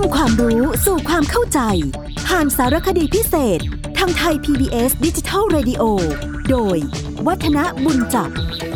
ำความรู้สู่ความเข้าใจผ่านสารคดีพิเศษทางไทย PBS Digital Radio โดยวัฒนบุญจับ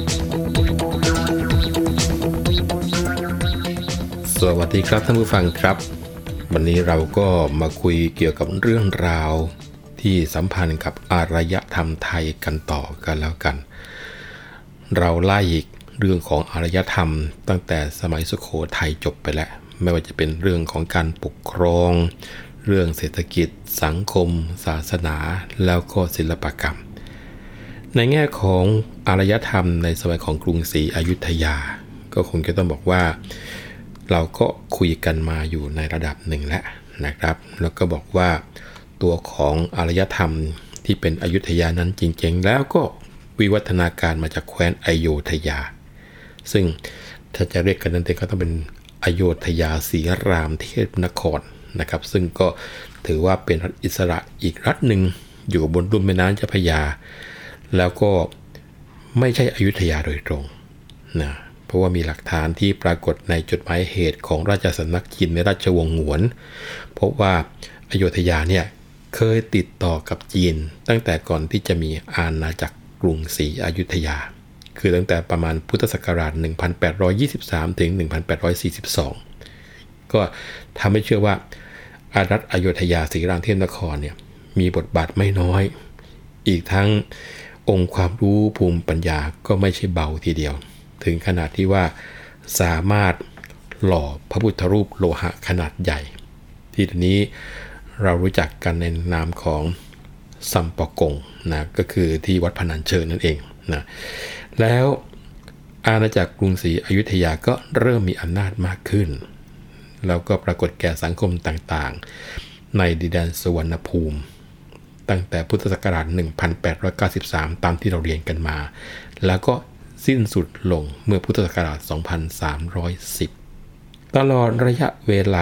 สวัสดีครับท่านผู้ฟังครับวันนี้เราก็มาคุยเกี่ยวกับเรื่องราวที่สัมพันธ์กับอารยธรรมไทยกันต่อกันแล้วกันเราไล่อีกเรื่องของอารยธรรมตั้งแต่สมัยสุโขทัยจบไปแล้วไม่ว่าจะเป็นเรื่องของการปกครองเรื่องเศรษฐกิจสังคมศาสนาแล้วก็ศิลปกรรมในแง่ของอารยธรรมในสมัยของกรุงศรีอยุธยาก็คงจะต้องบอกว่าเราก็คุยกันมาอยู่ในระดับหนึ่งแล้วนะครับแล้วก็บอกว่าตัวของอารยธรรมที่เป็นอยุธยานั้นจริงๆแล้วก็วิวัฒนาการมาจากแคว้นอโยธยาซึ่งถ้าจะเรียกกันนั้นเองก็ต้องเป็นอโยธยาศรีรามเทพนครนะครับซึ่งก็ถือว่าเป็นรัฐอิสระอีกรัฐหนึ่งอยู่บนลุ่มแม่น้ำเจ้าพระยาแล้วก็ไม่ใช่อยุธยาโดยตรงนะเพราะว่ามีหลักฐานที่ปรากฏในจดหมายเหตุของราชสำนักจีนในราชวงศ์หงวนพบว่าอโยธยาเนี่ยเคยติดต่อกับจีนตั้งแต่ก่อนที่จะมีอาณาจักรกรุงศรีอยุธยาคือตั้งแต่ประมาณพุทธศักราช1823ถึง1842ก็ทำให้เชื่อว่าอารัฐอโยธยาศรีรามเทพนครเนี่ยมีบทบาทไม่น้อยอีกทั้งองค์ความรู้ภูมิปัญญาก็ไม่ใช่เบาทีเดียวถึงขนาดที่ว่าสามารถหล่อพระพุทธรูปโลหะขนาดใหญ่ที่ตอนนี้เรารู้จักกันในนามของซัมปะกงนะก็คือที่วัดพนัญเชิงนั่นเองนะแล้วอาณาจักรกรุงศรีอยุธยาก็เริ่มมีอำนาจมากขึ้นแล้วก็ปรากฏแก่สังคมต่างๆในดินแดนสุวรรณภูมิตั้งแต่พุทธศักราช1893ตามที่เราเรียนกันมาแล้วก็สิ้นสุดลงเมื่อพุทธศักราช2310ตลอดระยะเวลา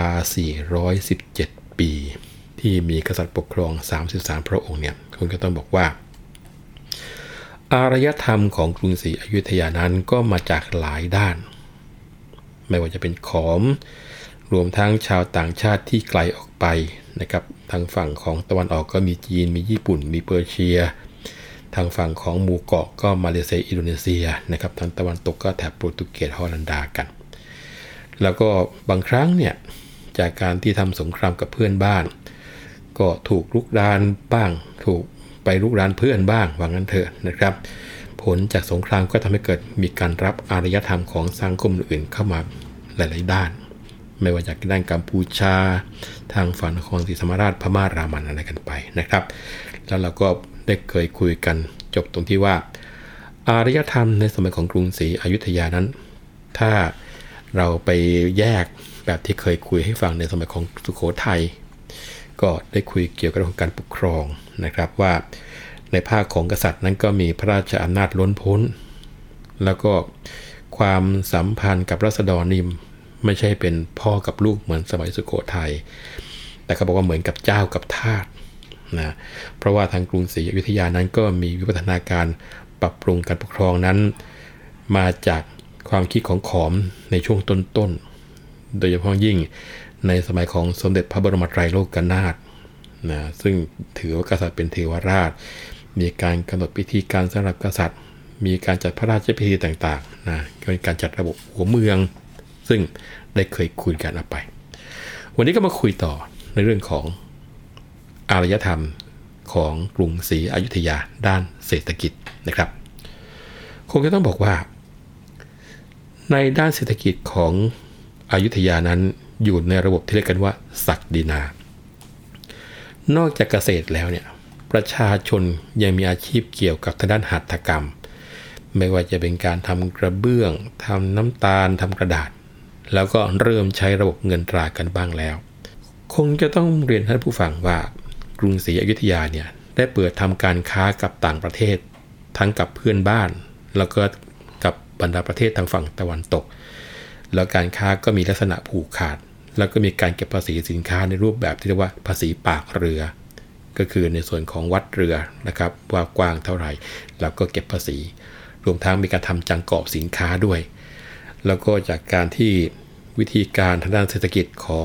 417ปีที่มีกษัตริย์ปกครอง33พระองค์เนี่ยคุณก็ต้องบอกว่าอารยธรรมของกรุงศรีอยุธยานั้นก็มาจากหลายด้านไม่ว่าจะเป็นขอมรวมทั้งชาวต่างชาติที่ไกลออกไปนะครับทางฝั่งของตะวันออกก็มีจีนมีญี่ปุ่นมีเปอร์เซียทางฝั่งของหมู่เกาะก็มาเลเซียอินโดนีเซียนะครับทางตะวันตกก็แถบโปรตุเกสฮอลันดากันแล้วก็บางครั้งเนี่ยจากการที่ทำสงครามกับเพื่อนบ้านก็ถูกรุกรานบ้างถูกไปรุกรานเพื่อนบ้างว่างั้นเถอะนะครับผลจากสงครามก็ทำให้เกิดมีการรับอารยธรรมของสังคมอื่นเข้ามาหลายๆด้านไม่ว่าจากด้านกัมพูชาทางฝั่งนครศรีธรรมราชพม่ารามันอะไรกันไปนะครับแล้วเราก็ได้เคยคุยกันจบตรงที่ว่าอารยธรรมในสมัยของกรุงศรีอยุธยานั้นถ้าเราไปแยกแบบที่เคยคุยให้ฟังในสมัยของสุโขทัยก็ได้คุยเกี่ยวกับเรื่องของการปกครองนะครับว่าในภาคของกษัตริย์นั้นก็มีพระราชอำนาจล้นพ้นแล้วก็ความสัมพันธ์กับราษฎรนี่ไม่ใช่เป็นพ่อกับลูกเหมือนสมัยสุโขทัยแต่เขาบอกว่าเหมือนกับเจ้ากับทาสนะเพราะว่าทางกรุงศรีอยุธยานั้นก็มีวิวัฒนาการปรับปรุงการปกครองนั้นมาจากความคิดของขอมในช่วงต้นๆโดยเฉพาะยิ่งในสมัยของสมเด็จพระบรมไตรโลกนาถนะซึ่งถือว่ากษัตริย์เป็นเทวราชมีการกำหนดพิธีการสำหรับกษัตริย์มีการจัดพระราชพิธีต่างๆนะก็เป็นการจัดระบบหัวเมืองซึ่งได้เคยคุยกันไปวันนี้ก็มาคุยต่อในเรื่องของอารยธรรมของกรุงศรีอยุธยาด้านเศรษฐกิจนะครับคงจะต้องบอกว่าในด้านเศรษฐกิจของอยุธยานั้นอยู่ในระบบที่เรียกกันว่าศักดินานอกจากเกษตรแล้วเนี่ยประชาชนยังมีอาชีพเกี่ยวกับทางด้านหัตถกรรมไม่ว่าจะเป็นการทำกระเบื้องทำน้ำตาลทำกระดาษแล้วก็เริ่มใช้ระบบเงินตรากันบ้างแล้วคงจะต้องเรียนท่านผู้ฟังว่ากรุงศรีอยุธยาเนี่ยได้เปิดทำการค้ากับต่างประเทศทั้งกับเพื่อนบ้านแล้วก็กับบรรดาประเทศทางฝั่งตะวันตกแล้วการค้าก็มีลักษณะผูกขาดแล้วก็มีการเก็บภาษีสินค้าในรูปแบบที่เรียกว่าภาษีปากเรือก็คือในส่วนของวัดเรือนะครับว่ากว้างเท่าไหร่แล้วก็เก็บภาษีรวมทั้งมีการทำจังกอบสินค้าด้วยแล้วก็จากการที่ วิธีการทางด้านเศรษฐกิจของก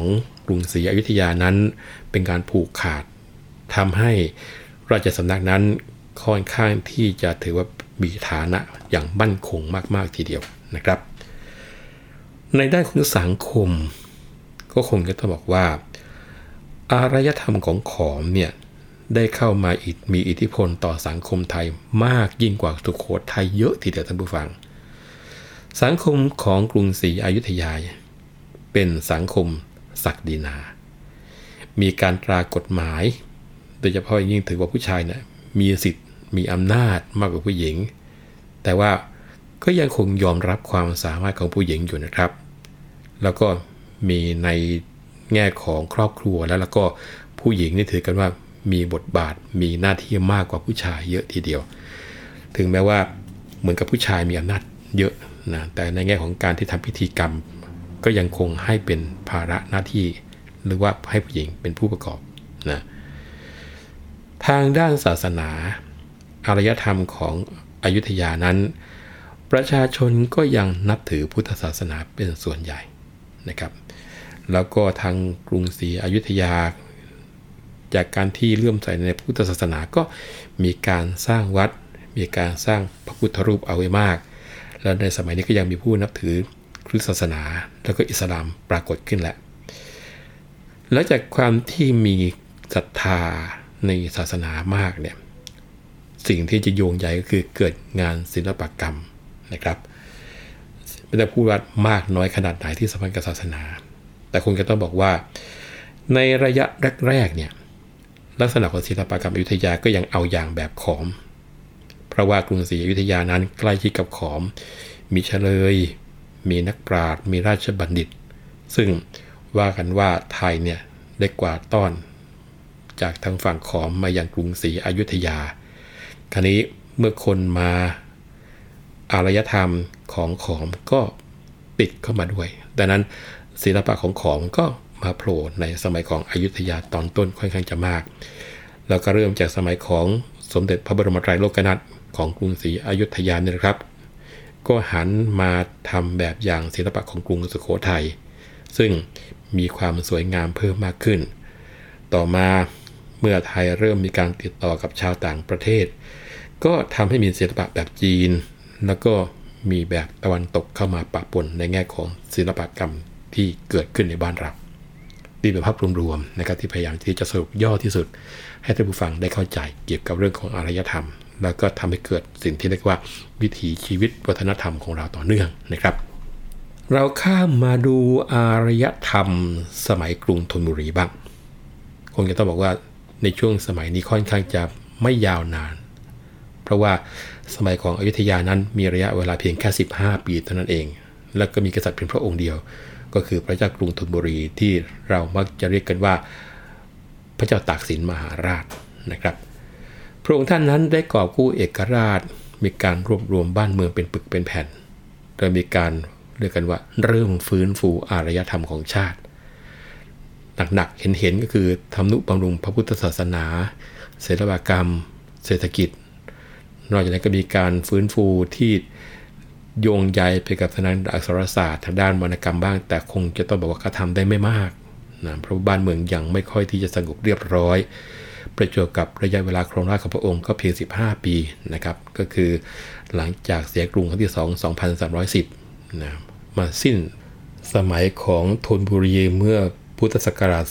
รุงศรีอยุธยานั้นเป็นการผูกขาดทำให้ราชสำนักนั้นค่อนข้างที่จะถือว่ามีฐานะอย่างมั่นคงมากๆทีเดียวนะครับในด้านของสังคมก็คงจะต้องบอกว่าอารยธรรมของขอมเนี่ยได้เข้ามามีอิทธิพลต่อสังคมไทยมากยิ่งกว่าสุโขทัยเยอะทีเดียวท่านผู้ฟังสังคมของกรุงศรีอยุธยาเป็นสังคมศักดินามีการตรากฎหมายโดยเฉพาะยิ่งถือว่าผู้ชายเนี่ยมีสิทธิ์มีอำนาจมากกว่าผู้หญิงแต่ว่าก็ยังคงยอมรับความสามารถของผู้หญิงอยู่นะครับแล้วก็มีในแง่ของครอบครัวแล้วก็ผู้หญิงนี่ถือกันว่ามีบทบาทมีหน้าที่มากกว่าผู้ชายเยอะทีเดียวถึงแม้ว่าเหมือนกับผู้ชายมีอำนาจเยอะนะแต่ในแง่ของการที่ทำพิธีกรรมก็ยังคงให้เป็นภาระหน้าที่หรือว่าให้ผู้หญิงเป็นผู้ประกอบนะทางด้านศาสนาอารยธรรมของอยุธยานั้นประชาชนก็ยังนับถือพุทธศาสนาเป็นส่วนใหญ่นะครับแล้วก็ทางกรุงศรีอยุธยาจากการที่เลื่อมใสในพุทธศาสนาก็มีการสร้างวัดมีการสร้างพระพุทธรูปเอาไว้มากแล้วในสมัยนี้ก็ยังมีผู้นับถือคริสต์ศาสนาแล้วก็อิสลามปรากฏขึ้นแล้วจากความที่มีศรัทธาในศาสนามากเนี่ยสิ่งที่จะโยงใหญ่ก็คือเกิดงานศิลปกรรมนะครับไม่ได้พูดว่ามากน้อยขนาดไหนที่สัมพันธ์กับศาสนาแต่คงจะต้องบอกว่าในระยะแรกๆเนี่ยลักษณะของศิลปกรรมอยุธยาก็ยังเอาอย่างแบบขอมเพราะว่ากรุงศรีอยุธยานั้นใกล้ชิดกับขอมมีเฉลยมีนักปราชญ์มีราชบัณฑิตซึ่งว่ากันว่าไทยเนี่ยได้กวาดต้อนจากทางฝั่งขอมมายังกรุงศรีอยุธยาคราวนี้เมื่อคนมาอารยธรรมของขอมก็ติดเข้ามาด้วยดังนั้นศิลปะของขอมก็มาโผล่ในสมัยของอยุธยาตอนต้นค่อนข้างจะมากแล้วก็เริ่มจากสมัยของสมเด็จพระบรมไตรโลกนาถของกรุงศรีอยุธยาเนี่ยนะครับก็หันมาทำแบบอย่างศิลปะของกรุงสุโขทัยซึ่งมีความสวยงามเพิ่มมากขึ้นต่อมาเมื่อไทยเริ่มมีการติดต่อกับชาวต่างประเทศก็ทำให้มีศิลปะแบบจีนแล้วก็มีแบบตะวันตกเข้ามาปะปนในแง่ของศิลปกรรมที่เกิดขึ้นในบ้านเรานี่เป็นภาพรวมๆนะครับที่พยายามที่จะสรุปย่อที่สุดให้ท่านผู้ฟังได้เข้าใจเกี่ยวกับเรื่องของอารยธรรมแล้วก็ทำให้เกิดสิ่งที่เรียกว่าวิถีชีวิตวัฒนธรรมของเราต่อเนื่องนะครับเราข้ามมาดูอารยธรรมสมัยกรุงธนบุรีบ้างคงจะต้องบอกว่าในช่วงสมัยนี้ค่อนข้างจะไม่ยาวนานเพราะว่าสมัยของอยุธยานั้นมีระยะเวลาเพียงแค่15 ปีเท่านั้นเองแล้วก็มีกษัตริย์เพียงพระองค์เดียวก็คือพระเจ้ากรุงธนบุรีที่เรามักจะเรียกกันว่าพระเจ้าตากสินมหาราชนะครับพระองค์ท่านนั้นได้กอบกู้เอกราชมีการรวบรวมบ้านเมืองเป็นปึกเป็นแผ่นโดยมีการเรียกกันว่าเริ่มฟื้นฟูอารยธรรมของชาติหนักๆเห็นก็คือทำนุบำรุงพระพุทธศาสนาศิลปกรรมเศรษฐกิจนอกจากนั้นก็มีการฟื้นฟูที่โยงใยไปกับทางด้านอักษรศาสตร์ทางด้านวรรณกรรมบ้างแต่คงจะต้องบอกว่าเขาทำได้ไม่มากนะเพราะบ้านเมืองยังไม่ค่อยที่จะสงบเรียบร้อยประจวบกับระยะเวลาครองราชย์ของพระองค์ก็เพียง15 ปีนะครับก็คือหลังจากเสียกรุงครั้งที่2 2310นะมาสิ้นสมัยของธนบุรีเมื่อพุทธศักราช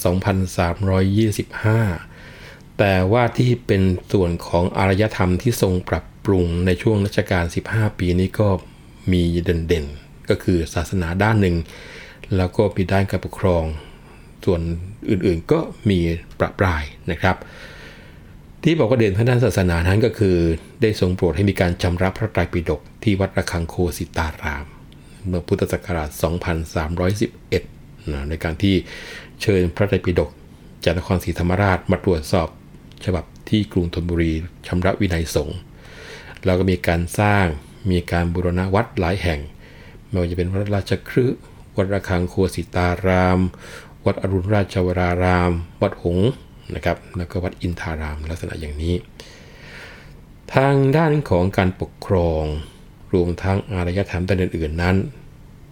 2325แต่ว่าที่เป็นส่วนของอารยธรรมที่ทรงปรับปรุงในช่วงรัชกาล15 ปีนี้ก็มีเด่นๆก็คือศาสนาด้านหนึ่งแล้วก็มีด้านการปกครองส่วนอื่นๆก็มีประปรายนะครับที่บอกว่าเด่นทางด้านศาสนานั้นก็คือได้ทรงโปรดให้มีการชำระพระไตรปิฎกที่วัดระฆังโคสิตารามเมื่อพุทธศักราช2311ในการที่เชิญพระไตรปิฎกจากนครศรีธรรมราชมาตรวจสอบฉบับที่กรุงธนบุรีชำระวินัยสงฆ์แล้วก็มีการสร้างมีการบูรณะวัดหลายแห่งไม่ว่าจะเป็นวัดราชคฤห์วัดระฆังโคสิตารามวัดอรุณราชวรารามวัดหงส์นะครับแล้วก็วัดอินทารามลักษณะอย่างนี้ทางด้านของการปกครองรวมทั้งอารยธรรมด้านอื่นๆนั้น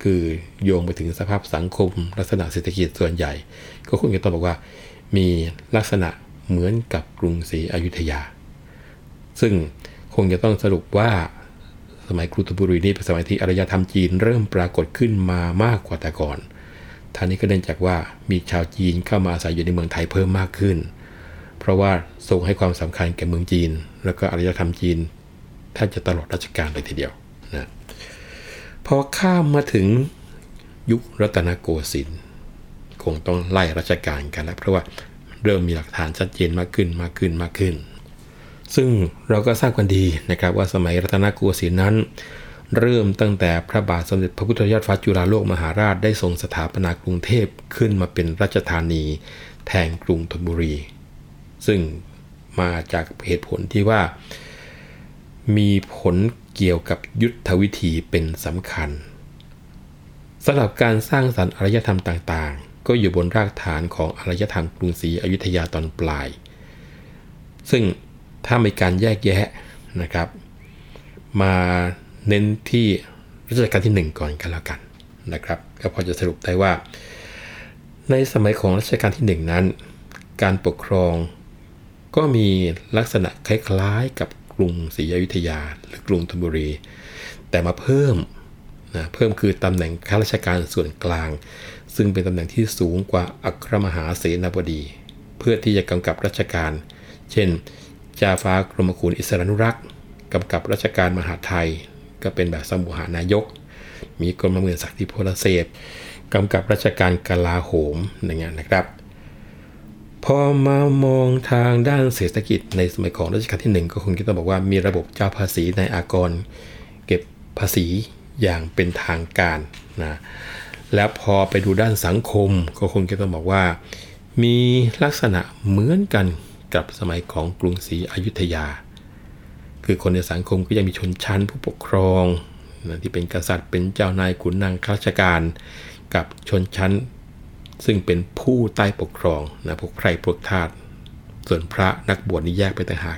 คือโยงไปถึงสภาพสังคมลักษณะเศรษฐกิจส่วนใหญ่ก็คงจะต้องบอกว่ามีลักษณะเหมือนกับกรุงศรีอยุธยาซึ่งคงจะต้องสรุปว่าสมัยกรุงธนบุรีนี่เป็นสมัยที่อารยธรรมจีนเริ่มปรากฏขึ้นมามากกว่าแต่ก่อนท่านี้ก็เนื่องจากว่ามีชาวจีนเข้ามาอาศัยอยู่ในเมืองไทยเพิ่มมากขึ้นเพราะว่าทรงให้ความสำคัญแก่เมืองจีนแล้วก็อารยธรรมจีนแทบจะตลอดรัชกาลเลยทีเดียวนะพอข้ามมาถึงยุครัตนโกสินทร์คงต้องไล่รัชกาลกันแล้วเพราะว่าเริ่มมีหลักฐานชัดเจนมากขึ้นซึ่งเราก็ทราบกันดีนะครับว่าสมัยรัตนโกสินทร์นั้นเริ่มตั้งแต่พระบาทสมเด็จพระพุทธยอดฟ้าจุฬาโลกมหาราชได้ทรงสถาปนากรุงเทพขึ้นมาเป็นราชธานีแทนกรุงธนบุรีซึ่งมาจากเหตุผลที่ว่ามีผลเกี่ยวกับยุทธวิธีเป็นสำคัญสำหรับการสร้างสรรค์อารยธรรมต่างๆก็อยู่บนรากฐานของอารยธรรมกรุงศรีอยุธยาตอนปลายซึ่งถ้ามีการแยกแยะนะครับมาเน้นที่รัชกาลที่1ก่อนกันแล้วกันนะครับก็พอจะสรุปได้ว่าในสมัยของรัชกาลที่1นั้นการปกครองก็มีลักษณะคล้ายๆกับกรุงศรีอยุธยาหรือกรุงธนบุรีแต่มาเพิ่มคือตำแหน่งข้าราชการส่วนกลางซึ่งเป็นตำแหน่งที่สูงกว่าอัครมหาเสนาบดีเพื่อที่จะกำกับราชการเช่นจ่าฟ้ากรมคูลอิสรานุรักษ์กำกับราชการมหาดไทยก็เป็นแบบสมุหานายกมีกรมหมื่นศักดิ์พลเสพกำกับราชการกลาโหมอย่างเงี้ยนะครับพอมามองทางด้านเศรษฐกิจในสมัยของรัชกาลที่1ก็คงจะต้องบอกว่ามีระบบเจ้าภาษีในอากรเก็บภาษีอย่างเป็นทางการนะแล้วพอไปดูด้านสังคมก็คงจะต้องบอกว่ามีลักษณะเหมือนกันกับสมัยของกรุงศรีอยุธยาคือคนในสังคมก็ยังมีชนชั้นผู้ปกครองนะที่เป็นกษัตริย์เป็นเจ้านายขุนนางข้าราชการกับชนชั้นซึ่งเป็นผู้ใต้ปกครองนะพวกไพร่พวกทาสส่วนพระนักบวชนี่แยกไปต่างหาก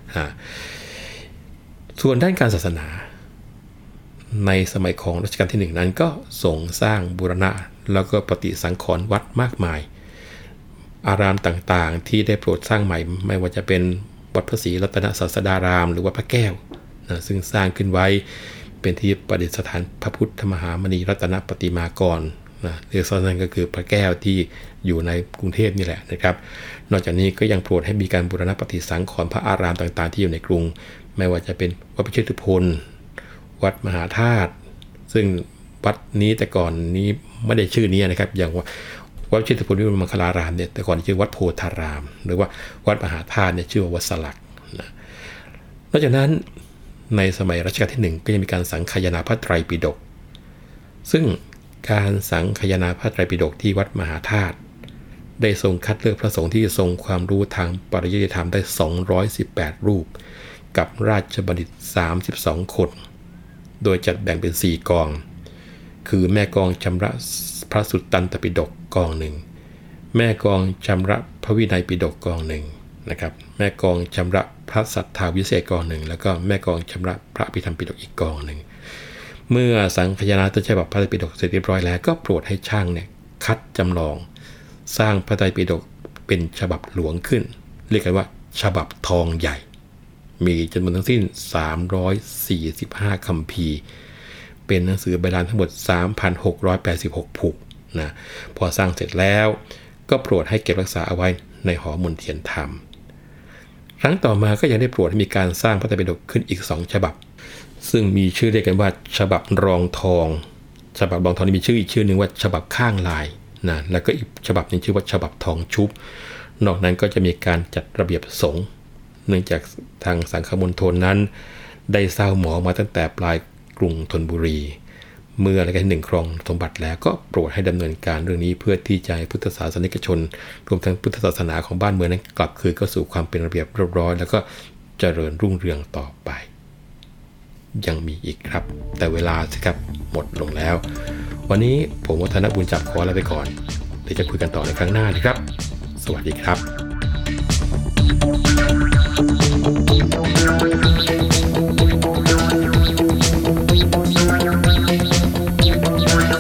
ส่วนด้านการศาสนาในสมัยของรัชกาลที่1นั้นก็ทรงสร้างบูรณะแล้วก็ปฏิสังขรณ์วัดมากมายอารามต่างๆที่ได้โปรดสร้างใหม่ไม่ว่าจะเป็นวัดพระศรีรัตนศาสดารามหรือวัดพระแก้วนะซึ่งสร้างขึ้นไว้เป็นที่ประดิษฐานพระพุทธมหามณีรัตนปฏิมากรนะเรียกสั้นๆก็คือพระแก้วที่อยู่ในกรุงเทพนี่แหละนะครับนอกจากนี้ก็ยังโปรดให้มีการบูรณะปฏิสังขรณ์พระอารามต่างๆที่อยู่ในกรุงไม่ว่าจะเป็นวัดพิชิตพลวัดมหาธาตุซึ่งวัดนี้แต่ก่อนนี้ไม่ได้ชื่อนี้นะครับอย่างว่าวัดพิชิตพลวิมลมังคลารามเนี่ยแต่ก่อนชื่อวัดโพธารามหรือว่าวัดมหาธาตุเนี่ยชื่อว่าวัดสลักนะนอกจากนั้นในสมัยรัชกาลที่1ก็ยังมีการสังคายนาพระไตรปิฎกซึ่งการสังคายนาพระไตรปิฎกที่วัดมหาธาตุได้ทรงคัดเลือกพระสงฆ์ที่ทรงความรู้ทางปริยัติธรรมได้218รูปกับราชบัณฑิต32คนโดยจัดแบ่งเป็น4กองคือแม่กองชำระพระสุตตันตปิฎกกองหนึ่งแม่กองชำระพระวินัยปิฎกกองหนึ่งนะครับแม่กองชำระพระสัทธาวิเศษกองหนึ่งแล้วก็แม่กองชำระพระอภิธรรมปิฎกอีกกองหนึ่งเมื่อสังคายนาต้นฉบับพระไตรปิฎกเสร็จเรียบร้อยแล้วก็โปรดให้ช่างเนี่ยคัดจำลองสร้างพระไตรปิฎกเป็นฉบับหลวงขึ้นเรียกกันว่าฉบับทองใหญ่มีจำนวนทั้งสิ้น345คัมภีร์เป็นหนังสือใบลานทั้งหมด 3,686 ผูกนะพอสร้างเสร็จแล้วก็โปรดให้เก็บรักษาเอาไว้ในหอมนเทียนธรรมครั้งต่อมาก็ยังได้โปรดให้มีการสร้างพระไตรปิฎกขึ้นอีก2ฉบับซึ่งมีชื่อเรียกกันว่าฉบับรองทองฉบับรองทองนี่มีชื่ออีกชื่อนึงว่าฉบับข้างลายนะแล้วก็อีกฉบับนึงชื่อว่าฉบับทองชุบนอกนั้นก็จะมีการจัดระเบียบสงฆ์เนื่องจากทางสังฆมณฑลนั้นได้เศร้าหมองมาตั้งแต่ปลายกรุงธนบุรีเมื่อรัชกาลที่1ครองสมบัติแล้วก็โปรดให้ดำเนินการเรื่องนี้เพื่อที่จะให้พุทธศาสนิกชนรวมทั้งพุทธศาสนาของบ้านเมืองนั้นกลับคืนเข้าสู่ความเป็นระเบียบเรียบร้อยแล้วก็เจริญรุ่งเรืองต่อไปยังมีอีกครับแต่เวลาสิครับหมดลงแล้ววันนี้ผมวัฒนบุญจับขอลาไปก่อนเดี๋ยวจะคุยกันต่อในครั้งหน้านะครับสวัสดีครับ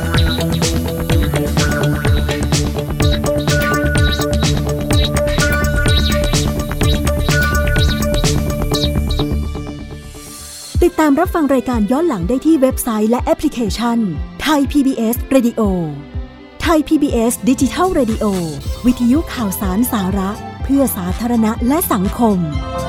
ตามรับฟังรายการย้อนหลังได้ที่เว็บไซต์และแอปพลิเคชัน Thai PBS Radio Thai PBS Digital Radio วิทยุข่าวสารสาระเพื่อสาธารณะและสังคม